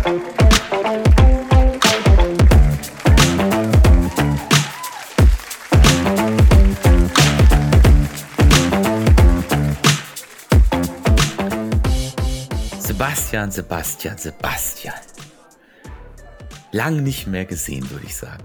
Sebastian. Lang nicht mehr gesehen, würde ich sagen.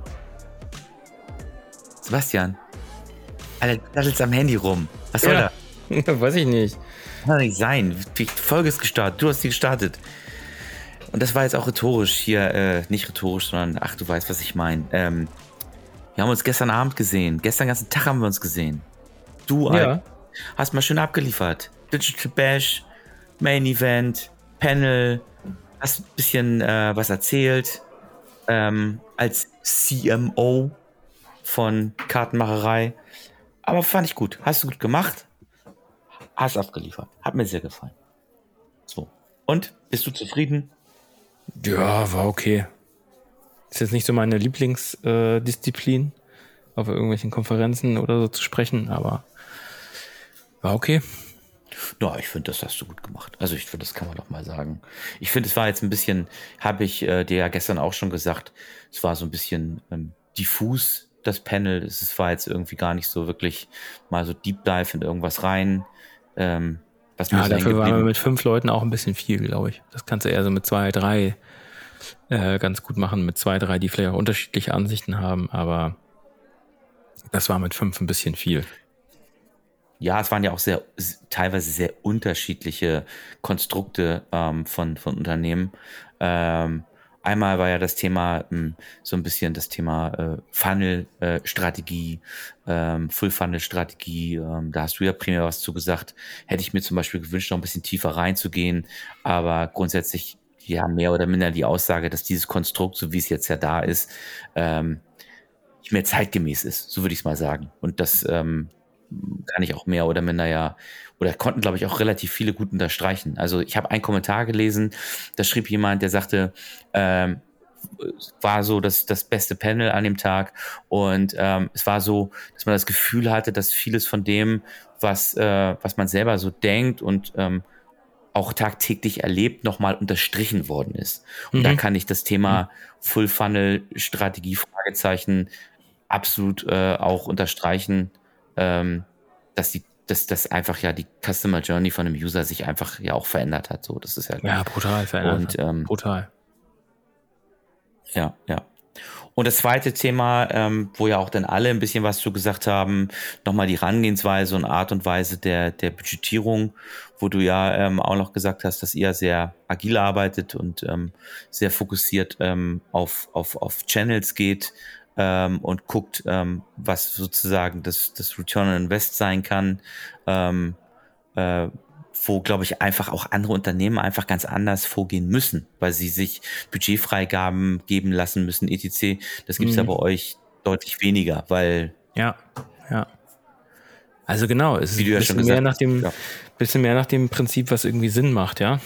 Sebastian, Alter, du dattelst am Handy rum. Was soll da? Weiß ich nicht. Kann doch nicht sein. Die Folge ist gestartet. Du hast sie gestartet. Und das war jetzt auch rhetorisch hier. Nicht rhetorisch, sondern, ach, du weißt, was ich meine. Wir haben uns gestern Abend gesehen. Gestern ganzen Tag haben wir uns gesehen. Du, Alter, hast mal schön abgeliefert. Digital Bash, Main Event, Panel. Hast ein bisschen was erzählt. Als CMO von Kartenmacherei. Aber fand ich gut. Hast du gut gemacht. Hast abgeliefert. Hat mir sehr gefallen. So. Und? Bist du zufrieden? Ja, war okay. Ist jetzt nicht so meine Lieblingsdisziplin, auf irgendwelchen Konferenzen oder so zu sprechen, aber war okay. Ja, ich finde, das hast du gut gemacht. Also ich finde, das kann man doch mal sagen. Ich finde, es war jetzt ein bisschen, habe ich dir ja gestern auch schon gesagt, es war so ein bisschen diffus, das Panel. Es war jetzt irgendwie gar nicht so wirklich mal so Deep Dive in irgendwas rein. Was mir dafür waren wir mit 5 Leuten auch ein bisschen viel, glaube ich. Das kannst du eher so mit 2, 3 ganz gut machen. Mit 2, 3, die vielleicht auch unterschiedliche Ansichten haben, aber das war mit 5 ein bisschen viel. Ja, es waren ja auch teilweise sehr unterschiedliche Konstrukte von Unternehmen. Einmal war ja das Thema so ein bisschen das Thema Funnel-Strategie, Full-Funnel-Strategie. Da hast du ja primär was zu gesagt. Hätte ich mir zum Beispiel gewünscht, noch ein bisschen tiefer reinzugehen. Aber grundsätzlich ja mehr oder minder die Aussage, dass dieses Konstrukt, so wie es jetzt ja da ist, nicht mehr zeitgemäß ist. So würde ich es mal sagen. Und das kann ich auch mehr oder minder oder konnten, glaube ich, auch relativ viele gut unterstreichen. Also ich habe einen Kommentar gelesen, da schrieb jemand, der sagte, war so das beste Panel an dem Tag und es war so, dass man das Gefühl hatte, dass vieles von dem, was man selber so denkt und auch tagtäglich erlebt, nochmal unterstrichen worden ist. Und da kann ich das Thema Full-Funnel-Strategie, Fragezeichen, absolut auch unterstreichen, dass das einfach ja die Customer Journey von einem User sich einfach ja auch verändert hat. So, das ist ja brutal verändert. Und brutal. Ja. Und das zweite Thema, wo ja auch dann alle ein bisschen was zu gesagt haben, nochmal die Herangehensweise und Art und Weise der Budgetierung, wo du ja auch noch gesagt hast, dass ihr sehr agil arbeitet und sehr fokussiert auf Channels geht. Und guckt, was sozusagen das Return on Invest sein kann, wo, glaube ich, einfach auch andere Unternehmen einfach ganz anders vorgehen müssen, weil sie sich Budgetfreigaben geben lassen müssen, etc. Das gibt es ja bei euch deutlich weniger, weil... Ja. Also genau, es ist wie du ja schon gesagt hast, bisschen mehr nach dem Prinzip, was irgendwie Sinn macht, ja.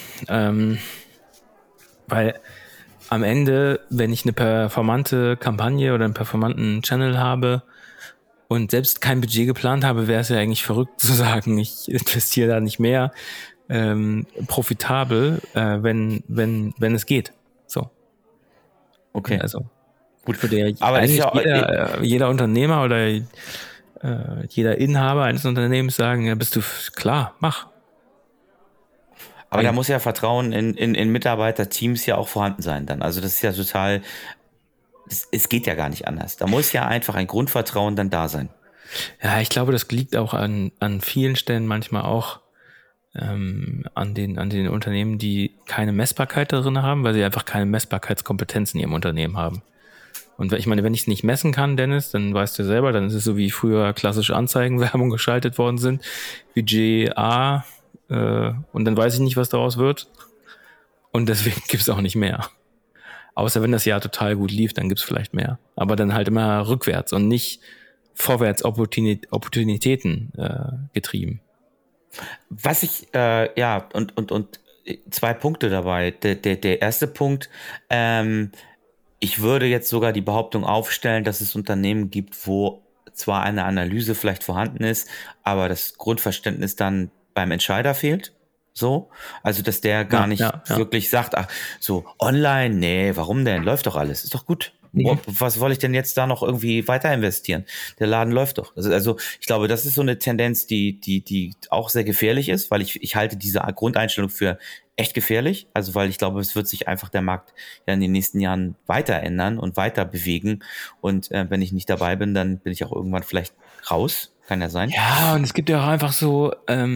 Weil am Ende, wenn ich eine performante Kampagne oder einen performanten Channel habe und selbst kein Budget geplant habe, wäre es ja eigentlich verrückt zu sagen, ich investiere da nicht mehr profitabel, wenn es geht. So. Okay. Also gut, würde ja aber eigentlich jeder Unternehmer oder jeder Inhaber eines Unternehmens sagen, ja, bist du klar, mach. Aber da muss ja Vertrauen in Mitarbeiterteams ja auch vorhanden sein dann. Also das ist ja total, es geht ja gar nicht anders. Da muss ja einfach ein Grundvertrauen dann da sein. Ja, ich glaube, das liegt auch an vielen Stellen manchmal auch an den Unternehmen, die keine Messbarkeit darin haben, weil sie einfach keine Messbarkeitskompetenz in ihrem Unternehmen haben. Und ich meine, wenn ich es nicht messen kann, Dennis, dann weißt du selber, dann ist es so, wie früher klassische Anzeigenwerbung geschaltet worden sind. Budget A, und dann weiß ich nicht, was daraus wird. Und deswegen gibt es auch nicht mehr. Außer wenn das Jahr total gut lief, dann gibt es vielleicht mehr. Aber dann halt immer rückwärts und nicht vorwärts Opportunitäten getrieben. Was ich, und 2 Punkte dabei. Der erste Punkt, ich würde jetzt sogar die Behauptung aufstellen, dass es Unternehmen gibt, wo zwar eine Analyse vielleicht vorhanden ist, aber das Grundverständnis dann beim Entscheider fehlt. So, also dass der gar nicht wirklich sagt, ach, so online, nee, warum denn? Läuft doch alles, ist doch gut. Was soll ich denn jetzt da noch irgendwie weiter investieren? Der Laden läuft doch. Also ich glaube, das ist so eine Tendenz, die auch sehr gefährlich ist, weil ich halte diese Grundeinstellung für echt gefährlich. Also weil ich glaube, es wird sich einfach der Markt ja in den nächsten Jahren weiter ändern und weiter bewegen. Und wenn ich nicht dabei bin, dann bin ich auch irgendwann vielleicht raus. Kann ja sein. Ja, und es gibt ja auch einfach so,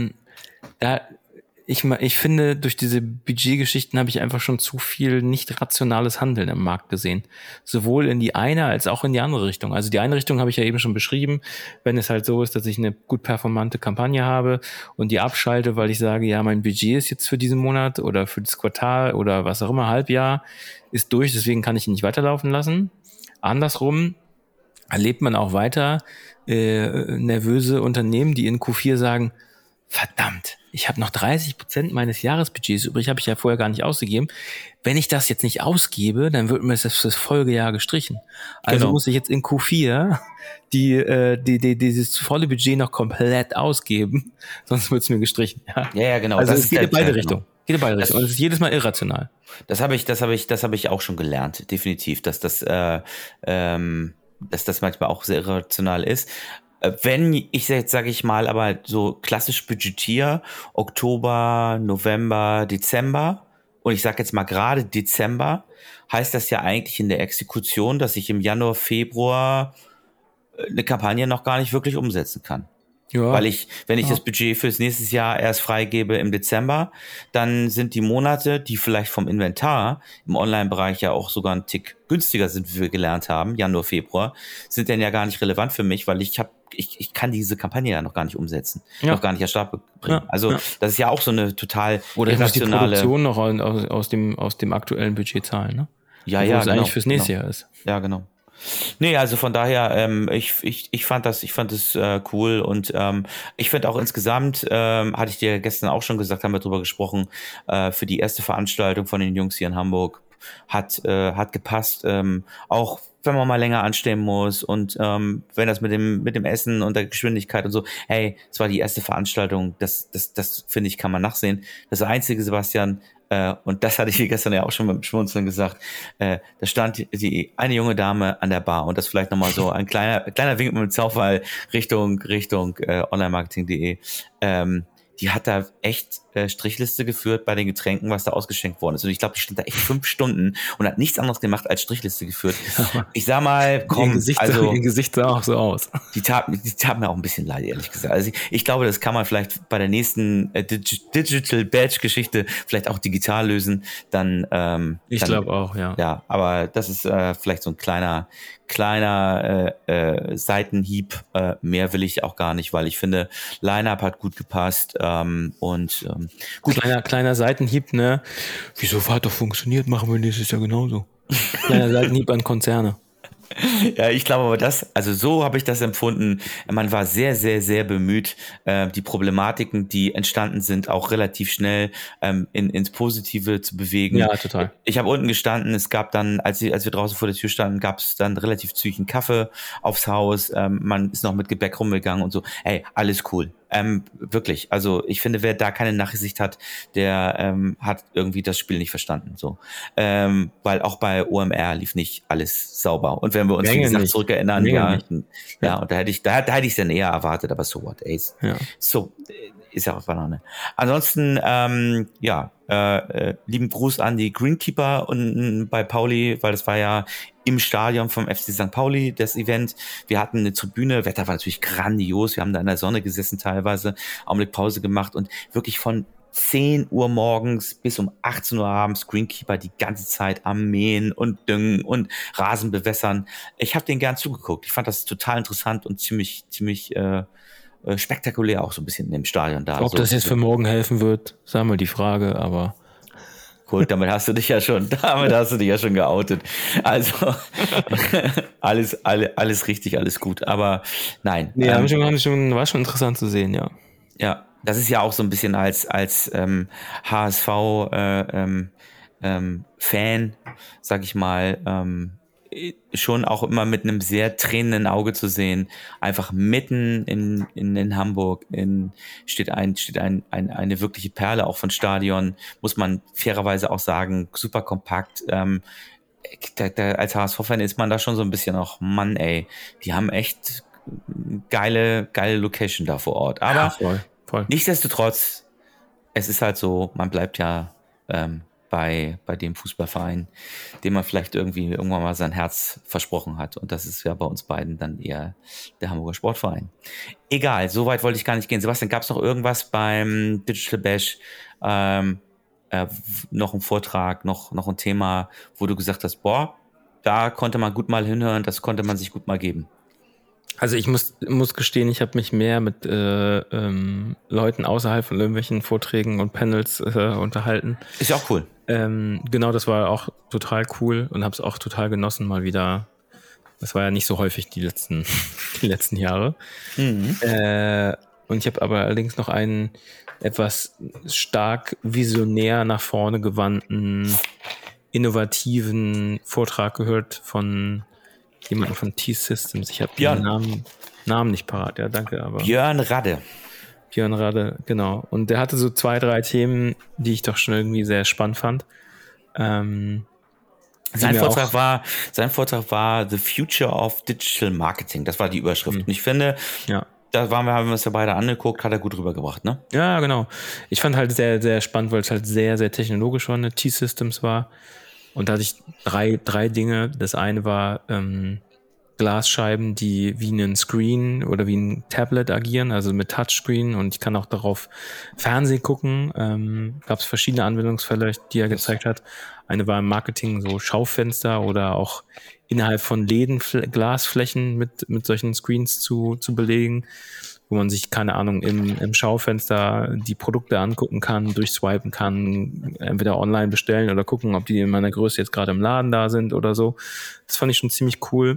ich finde, durch diese Budgetgeschichten habe ich einfach schon zu viel nicht rationales Handeln im Markt gesehen. Sowohl in die eine als auch in die andere Richtung. Also die eine Richtung habe ich ja eben schon beschrieben, wenn es halt so ist, dass ich eine gut performante Kampagne habe und die abschalte, weil ich sage, ja, mein Budget ist jetzt für diesen Monat oder für das Quartal oder was auch immer, Halbjahr, ist durch, deswegen kann ich ihn nicht weiterlaufen lassen. Andersrum erlebt man auch weiter nervöse Unternehmen, die in Q4 sagen, verdammt, ich habe noch 30% meines Jahresbudgets übrig, habe ich ja vorher gar nicht ausgegeben. Wenn ich das jetzt nicht ausgebe, dann wird mir das Folgejahr gestrichen. Also muss ich jetzt in Q4 dieses volle Budget noch komplett ausgeben, sonst wird es mir gestrichen. Ja, genau. Also es geht in beide Richtungen. Geht in beide Richtungen. Und es ist jedes Mal irrational. Das habe ich auch schon gelernt, definitiv, dass das manchmal auch sehr irrational ist. Wenn ich jetzt, sage ich mal, aber so klassisch budgetiere, Oktober, November, Dezember, und ich sage jetzt mal gerade Dezember, heißt das ja eigentlich in der Exekution, dass ich im Januar, Februar eine Kampagne noch gar nicht wirklich umsetzen kann. Ja. Weil wenn ich das Budget fürs nächste Jahr erst freigebe im Dezember, dann sind die Monate, die vielleicht vom Inventar im Online-Bereich ja auch sogar einen Tick günstiger sind, wie wir gelernt haben, Januar, Februar, sind dann ja gar nicht relevant für mich, weil ich kann diese Kampagne ja noch gar nicht umsetzen, noch gar nicht an Start bringen. Also das ist ja auch so eine total oder ich muss die Produktion noch aus dem aktuellen Budget zahlen, ne? Ja, wo es eigentlich fürs nächste Jahr ist. Ja, genau. Nee, also von daher, ich fand das cool und ich finde auch insgesamt, hatte ich dir gestern auch schon gesagt, haben wir drüber gesprochen, für die erste Veranstaltung von den Jungs hier in Hamburg hat gepasst, auch wenn man mal länger anstehen muss und wenn das mit dem Essen und der Geschwindigkeit und so, hey, es war die erste Veranstaltung, das finde ich, kann man nachsehen. Das Einzige, Sebastian, und das hatte ich hier gestern ja auch schon beim Schmunzeln gesagt, da stand eine junge Dame an der Bar und das vielleicht nochmal so ein kleiner Wink mit dem Zaunfall Richtung onlinemarketing.de. Die hat da echt Strichliste geführt bei den Getränken, was da ausgeschenkt worden ist. Und ich glaube, die stand da echt 5 Stunden und hat nichts anderes gemacht als Strichliste geführt. Ich sag mal, komm, ihr Gesicht sah auch so aus. Die tat mir auch ein bisschen leid, ehrlich gesagt. Also ich glaube, das kann man vielleicht bei der nächsten Digital Badge Geschichte vielleicht auch digital lösen. Dann ich glaube auch, ja. Ja, aber das ist vielleicht so ein kleiner Seitenhieb. Mehr will ich auch gar nicht, weil ich finde, Line-Up hat gut gepasst und gut. Kleiner Seitenhieb, ne? Wieso hat doch funktioniert, machen wir nächstes Jahr genauso. Kleiner Seitenhieb an Konzerne. Ja, ich glaube aber so habe ich das empfunden. Man war sehr, sehr, sehr bemüht, die Problematiken, die entstanden sind, auch relativ schnell ins Positive zu bewegen. Ja, total. Ich habe unten gestanden, es gab dann, als wir draußen vor der Tür standen, gab es dann relativ zügig einen Kaffee aufs Haus. Man ist noch mit Gebäck rumgegangen und so. Hey, alles cool. Wirklich, also ich finde, wer da keine Nachsicht hat, der hat irgendwie das Spiel nicht verstanden. So, weil auch bei OMR lief nicht alles sauber. Und wenn wir uns, wie gesagt, zurückerinnern, und da hätte ich es dann eher erwartet, aber so what, ey. Ja. So, ist ja auch Banane. Ansonsten, lieben Gruß an die Greenkeeper und bei Pauli, weil das war ja im Stadion vom FC St. Pauli, das Event. Wir hatten eine Tribüne, Wetter war natürlich grandios, wir haben da in der Sonne gesessen teilweise, Augenblick Pause gemacht und wirklich von 10 Uhr morgens bis um 18 Uhr abends Greenkeeper die ganze Zeit am Mähen und Düngen und Rasen bewässern. Ich habe denen gern zugeguckt. Ich fand das total interessant und ziemlich spektakulär auch so ein bisschen im Stadion da. Ob so, das jetzt für morgen helfen wird, sagen wir die Frage, aber gut, damit hast du dich ja schon geoutet. Also alles richtig, alles gut. Aber nein. Nee, war schon interessant zu sehen, ja. Ja, das ist ja auch so ein bisschen als HSV Fan, sag ich mal, schon auch immer mit einem sehr tränenden Auge zu sehen. Einfach mitten in Hamburg steht eine wirkliche Perle auch von Stadion, muss man fairerweise auch sagen, super kompakt. Als HSV-Fan ist man da schon so ein bisschen auch, Mann, ey, die haben echt geile Location da vor Ort. Aber voll. Nichtsdestotrotz, es ist halt so, man bleibt ja bei dem Fußballverein, dem man vielleicht irgendwann mal sein Herz versprochen hat. Und das ist ja bei uns beiden dann eher der Hamburger Sportverein. Egal, so weit wollte ich gar nicht gehen. Sebastian, gab es noch irgendwas beim Digital Bash? Noch ein Vortrag, noch ein Thema, wo du gesagt hast, boah, da konnte man gut mal hinhören, das konnte man sich gut mal geben. Also ich muss gestehen, ich habe mich mehr mit Leuten außerhalb von irgendwelchen Vorträgen und Panels unterhalten. Ist ja auch cool. Genau, das war auch total cool und habe es auch total genossen mal wieder. Das war ja nicht so häufig die letzten Jahre. Mhm. Und ich habe aber allerdings noch einen etwas stark visionär nach vorne gewandten, innovativen Vortrag gehört von jemanden von T-Systems. Ich habe den Namen nicht parat, ja, danke. Aber Björn Radde, genau. Und der hatte so 2, 3 Themen, die ich doch schon irgendwie sehr spannend fand. Sein Vortrag war The Future of Digital Marketing. Das war die Überschrift. Und ich finde, da haben wir uns ja beide angeguckt, hat er gut rübergebracht, ne? Ja, genau. Ich fand halt sehr, sehr spannend, weil es halt sehr, sehr technologisch war, eine T-Systems war. Und da hatte ich drei Dinge. Das eine war Glasscheiben, die wie ein Screen oder wie ein Tablet agieren, also mit Touchscreen, und ich kann auch darauf Fernsehen gucken. Gab es verschiedene Anwendungsfälle, die er gezeigt hat. Eine war im Marketing, so Schaufenster oder auch innerhalb von Läden Glasflächen mit solchen Screens zu belegen, wo man sich, keine Ahnung, im Schaufenster die Produkte angucken kann, durchswipen kann, entweder online bestellen oder gucken, ob die in meiner Größe jetzt gerade im Laden da sind oder so. Das fand ich schon ziemlich cool.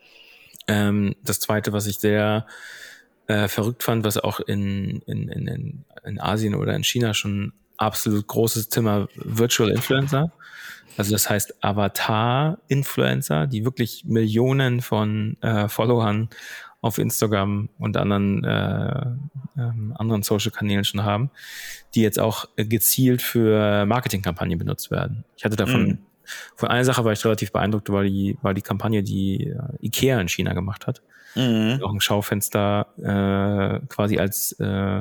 Das zweite, was ich sehr verrückt fand, was auch in Asien oder in China schon absolut großes Thema, Virtual Influencer. Also das heißt Avatar-Influencer, die wirklich Millionen von Followern auf Instagram und anderen Social-Kanälen schon haben, die jetzt auch gezielt für Marketingkampagnen benutzt werden. Ich hatte davon von einer Sache war ich relativ beeindruckt, war die Kampagne, die IKEA in China gemacht hat. Auch ein Schaufenster quasi als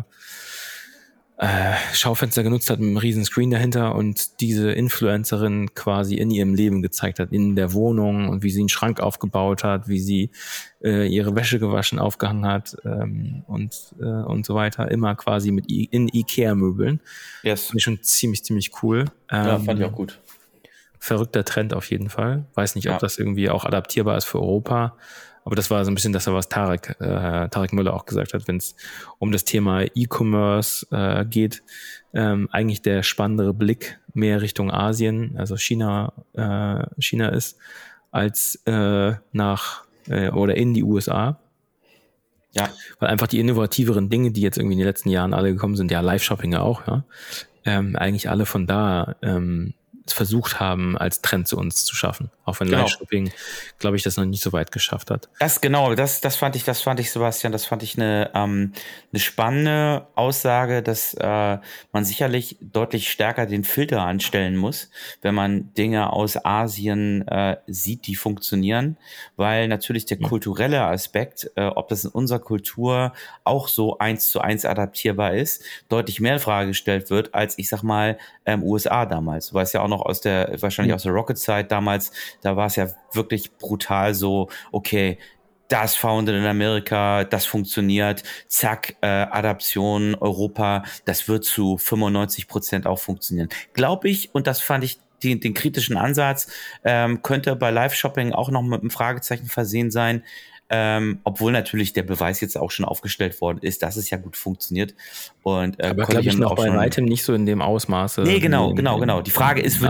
Schaufenster genutzt hat mit einem riesen Screen dahinter und diese Influencerin quasi in ihrem Leben gezeigt hat, in der Wohnung, und wie sie einen Schrank aufgebaut hat, wie sie ihre Wäsche gewaschen, aufgehangen hat und so weiter, immer quasi in Ikea-Möbeln. Yes. Fand ich schon ziemlich cool. Ja, fand ich auch gut. Verrückter Trend auf jeden Fall. Weiß nicht, ob das irgendwie auch adaptierbar ist für Europa. Aber das war so ein bisschen das, was Tarek Müller auch gesagt hat, wenn es um das Thema E-Commerce geht. Eigentlich der spannendere Blick mehr Richtung Asien, also China ist, als nach oder in die USA. Ja. Weil einfach die innovativeren Dinge, die jetzt irgendwie in den letzten Jahren alle gekommen sind, ja, Live-Shopping ja auch, ja, eigentlich alle von da versucht haben, als Trend zu uns zu schaffen. Auch wenn Live-Shopping, glaube ich, das noch nicht so weit geschafft hat. Das fand ich, Sebastian, das fand ich eine spannende Aussage, dass man sicherlich deutlich stärker den Filter anstellen muss, wenn man Dinge aus Asien sieht, die funktionieren, weil natürlich der kulturelle Aspekt, ob das in unserer Kultur auch so 1:1 adaptierbar ist, deutlich mehr in Frage gestellt wird, als ich sag mal USA damals. Du weißt ja auch noch wahrscheinlich aus der Rocket-Zeit damals, da war es ja wirklich brutal so, okay, das founded in Amerika, das funktioniert, zack, Adaption, Europa, das wird zu 95% auch funktionieren. Glaube ich, und das fand ich den kritischen Ansatz, könnte bei Live-Shopping auch noch mit einem Fragezeichen versehen sein, obwohl natürlich der Beweis jetzt auch schon aufgestellt worden ist, dass es ja gut funktioniert. Und, aber glaube ich noch bei weitem nicht so in dem Ausmaße. Nee, genau. Die Frage ist,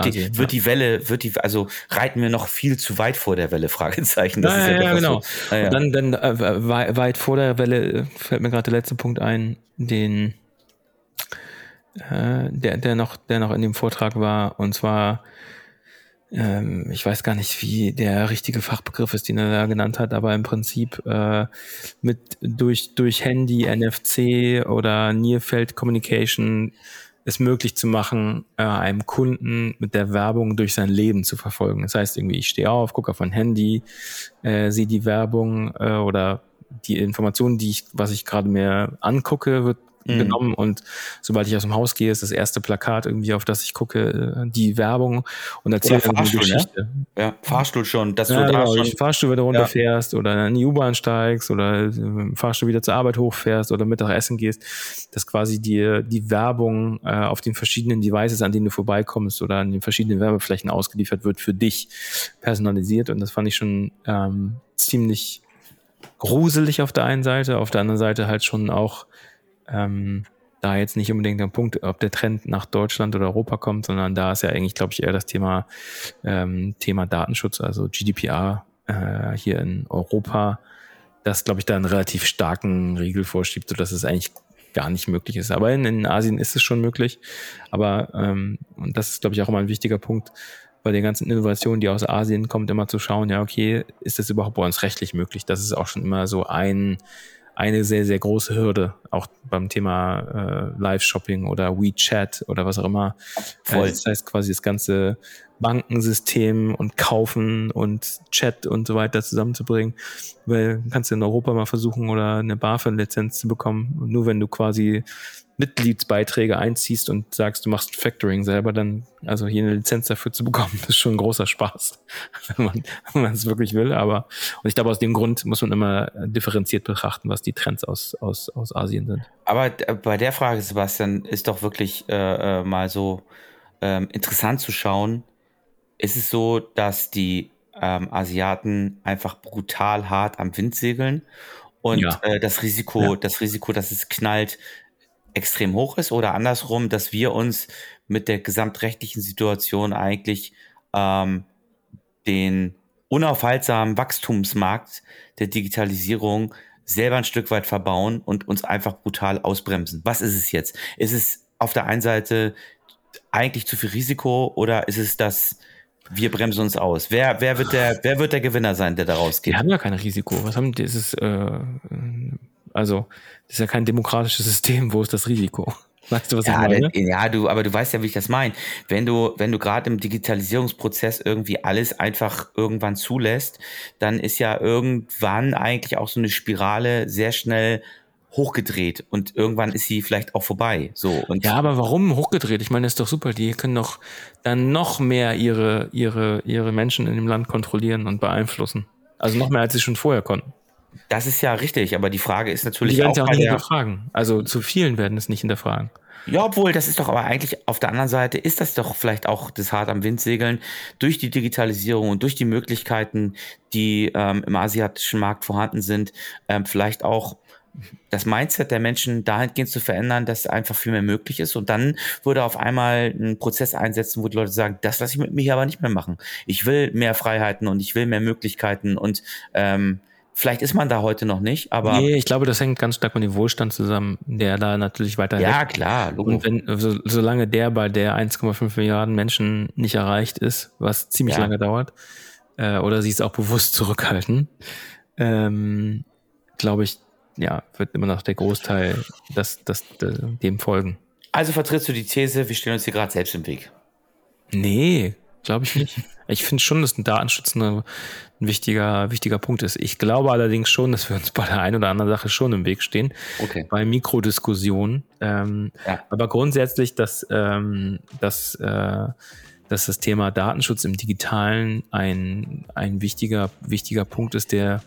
also reiten wir noch viel zu weit vor der Welle? Fragezeichen. Das ist ja genau. So. Und dann weit vor der Welle fällt mir gerade der letzte Punkt ein, der noch in dem Vortrag war, und zwar ich weiß gar nicht, wie der richtige Fachbegriff ist, den er da genannt hat, aber im Prinzip durch Handy, NFC oder Near Field Communication es möglich zu machen, einem Kunden mit der Werbung durch sein Leben zu verfolgen. Das heißt irgendwie, ich stehe auf, gucke auf mein Handy, sehe die Werbung oder die Informationen, was ich gerade mir angucke, wird genommen, und sobald ich aus dem Haus gehe, ist das erste Plakat irgendwie, auf das ich gucke, die Werbung, und erzählt eine Geschichte. Ne? Ja, Fahrstuhl schon, dass du da schon Fahrstuhl wieder runterfährst oder in die U-Bahn steigst oder im Fahrstuhl wieder zur Arbeit hochfährst oder Mittagessen gehst, dass quasi dir die Werbung auf den verschiedenen Devices, an denen du vorbeikommst oder an den verschiedenen Werbeflächen ausgeliefert wird, für dich personalisiert, und das fand ich schon ziemlich gruselig auf der einen Seite, auf der anderen Seite halt schon auch da jetzt nicht unbedingt der Punkt, ob der Trend nach Deutschland oder Europa kommt, sondern da ist ja eigentlich, glaube ich, eher das Thema Datenschutz, also GDPR hier in Europa, das, glaube ich, da einen relativ starken Riegel vorschiebt, sodass es eigentlich gar nicht möglich ist. Aber in Asien ist es schon möglich. Aber, und das ist, glaube ich, auch immer ein wichtiger Punkt, bei den ganzen Innovationen, die aus Asien kommen, immer zu schauen, ja, okay, ist das überhaupt bei uns rechtlich möglich? Das ist auch schon immer so eine sehr, sehr große Hürde, auch beim Thema Live-Shopping oder WeChat oder was auch immer. Das heißt quasi das ganze Bankensystem und Kaufen und Chat und so weiter zusammenzubringen. Weil kannst du in Europa mal versuchen, oder eine BaFin-Lizenz zu bekommen. Und nur wenn du quasi Mitgliedsbeiträge einziehst und sagst, du machst Factoring selber, dann, also hier eine Lizenz dafür zu bekommen, ist schon ein großer Spaß, wenn man es wirklich will. Und ich glaube, aus dem Grund muss man immer differenziert betrachten, was die Trends aus Asien sind. Aber bei der Frage, Sebastian, ist doch wirklich mal so interessant zu schauen. Ist es so, dass die Asiaten einfach brutal hart am Wind segeln und das Risiko, dass es knallt, extrem hoch ist, oder andersrum, dass wir uns mit der gesamtrechtlichen Situation eigentlich den unaufhaltsamen Wachstumsmarkt der Digitalisierung selber ein Stück weit verbauen und uns einfach brutal ausbremsen. Was ist es jetzt? Ist es auf der einen Seite eigentlich zu viel Risiko, oder ist es das, wir bremsen uns aus? Wer wird der Gewinner sein, der da rausgeht? Wir haben ja kein Risiko. Also, das ist ja kein demokratisches System. Wo ist das Risiko? Weißt du, was ich meine? Aber du weißt ja, wie ich das meine. Wenn du gerade im Digitalisierungsprozess irgendwie alles einfach irgendwann zulässt, dann ist ja irgendwann eigentlich auch so eine Spirale sehr schnell hochgedreht, und irgendwann ist sie vielleicht auch vorbei. Ja, aber warum hochgedreht? Ich meine, das ist doch super. Die können doch dann noch mehr ihre Menschen in dem Land kontrollieren und beeinflussen. Also noch mehr, als sie schon vorher konnten. Das ist ja richtig, aber die Frage ist natürlich die werden auch nicht hinterfragen. Also zu vielen werden es nicht hinterfragen. Ja, obwohl, das ist doch aber eigentlich auf der anderen Seite, ist das doch vielleicht auch das hart am Wind segeln durch die Digitalisierung und durch die Möglichkeiten, die im asiatischen Markt vorhanden sind, vielleicht auch das Mindset der Menschen dahingehend zu verändern, dass einfach viel mehr möglich ist, und dann würde auf einmal ein Prozess einsetzen, wo die Leute sagen, das lasse ich mit mir hier aber nicht mehr machen. Ich will mehr Freiheiten und ich will mehr Möglichkeiten, und vielleicht ist man da heute noch nicht, aber... Nee, ich glaube, das hängt ganz stark mit dem Wohlstand zusammen, der da natürlich weiterhin... Ja, klar. Logisch. Und solange der bei der 1,5 Milliarden Menschen nicht erreicht ist, was ziemlich lange dauert, oder sie es auch bewusst zurückhalten, glaube ich, wird immer noch der Großteil dem folgen. Also vertrittst du die These, wir stehen uns hier gerade selbst im Weg? Nee, glaube ich nicht. Ich finde schon, dass ein Datenschutz ein wichtiger Punkt ist. Ich glaube allerdings schon, dass wir uns bei der einen oder anderen Sache schon im Weg stehen. Okay. Bei Mikrodiskussionen. Aber grundsätzlich, dass das Thema Datenschutz im Digitalen ein wichtiger Punkt ist, der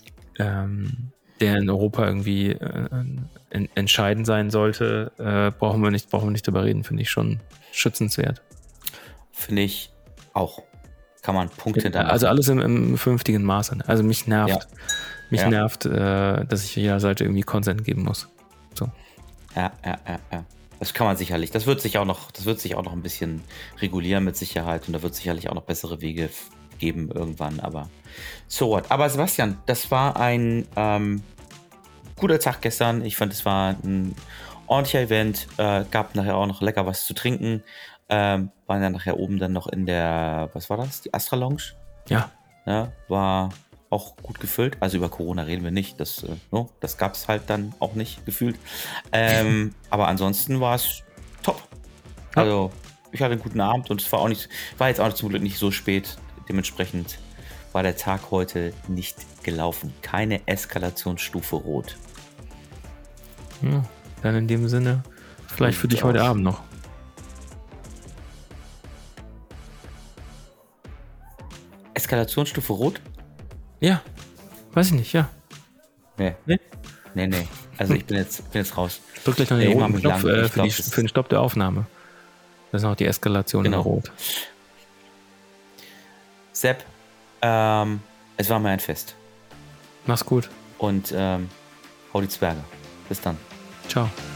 in Europa irgendwie entscheidend sein sollte, brauchen wir nicht drüber reden, finde ich schon schützenswert. Finde ich auch. Kann man Punkte hinterlassen. Also alles im vernünftigen Maße. Also mich nervt, dass ich jeder Seite irgendwie Consent geben muss. So. Ja. Das kann man sicherlich. Das wird sich auch noch ein bisschen regulieren mit Sicherheit, und da wird sicherlich auch noch bessere Wege geben irgendwann, aber so what. Aber Sebastian, das war ein guter Tag gestern. Ich fand, es war ein ordentlicher Event. Gab nachher auch noch lecker was zu trinken. Waren dann nachher oben dann noch in der, was war das? Die Astra Lounge. Ja. Ja, war auch gut gefüllt. Also über Corona reden wir nicht. Das gab es halt dann auch nicht gefühlt. Aber ansonsten war es top. Also ich hatte einen guten Abend und es war jetzt auch zum Glück nicht so spät. Dementsprechend war der Tag heute nicht gelaufen. Keine Eskalationsstufe rot. Ja, dann in dem Sinne, vielleicht für dich heute Abend noch. Eskalationsstufe rot? Ja, weiß ich nicht, ja. Nee. Also ich bin jetzt raus. Drück gleich noch den roten Knopf für den Stopp der Aufnahme. Das ist noch die Eskalation in Rot. Sepp, es war mir ein Fest. Mach's gut. Und hau die Zwerge. Bis dann. Ciao.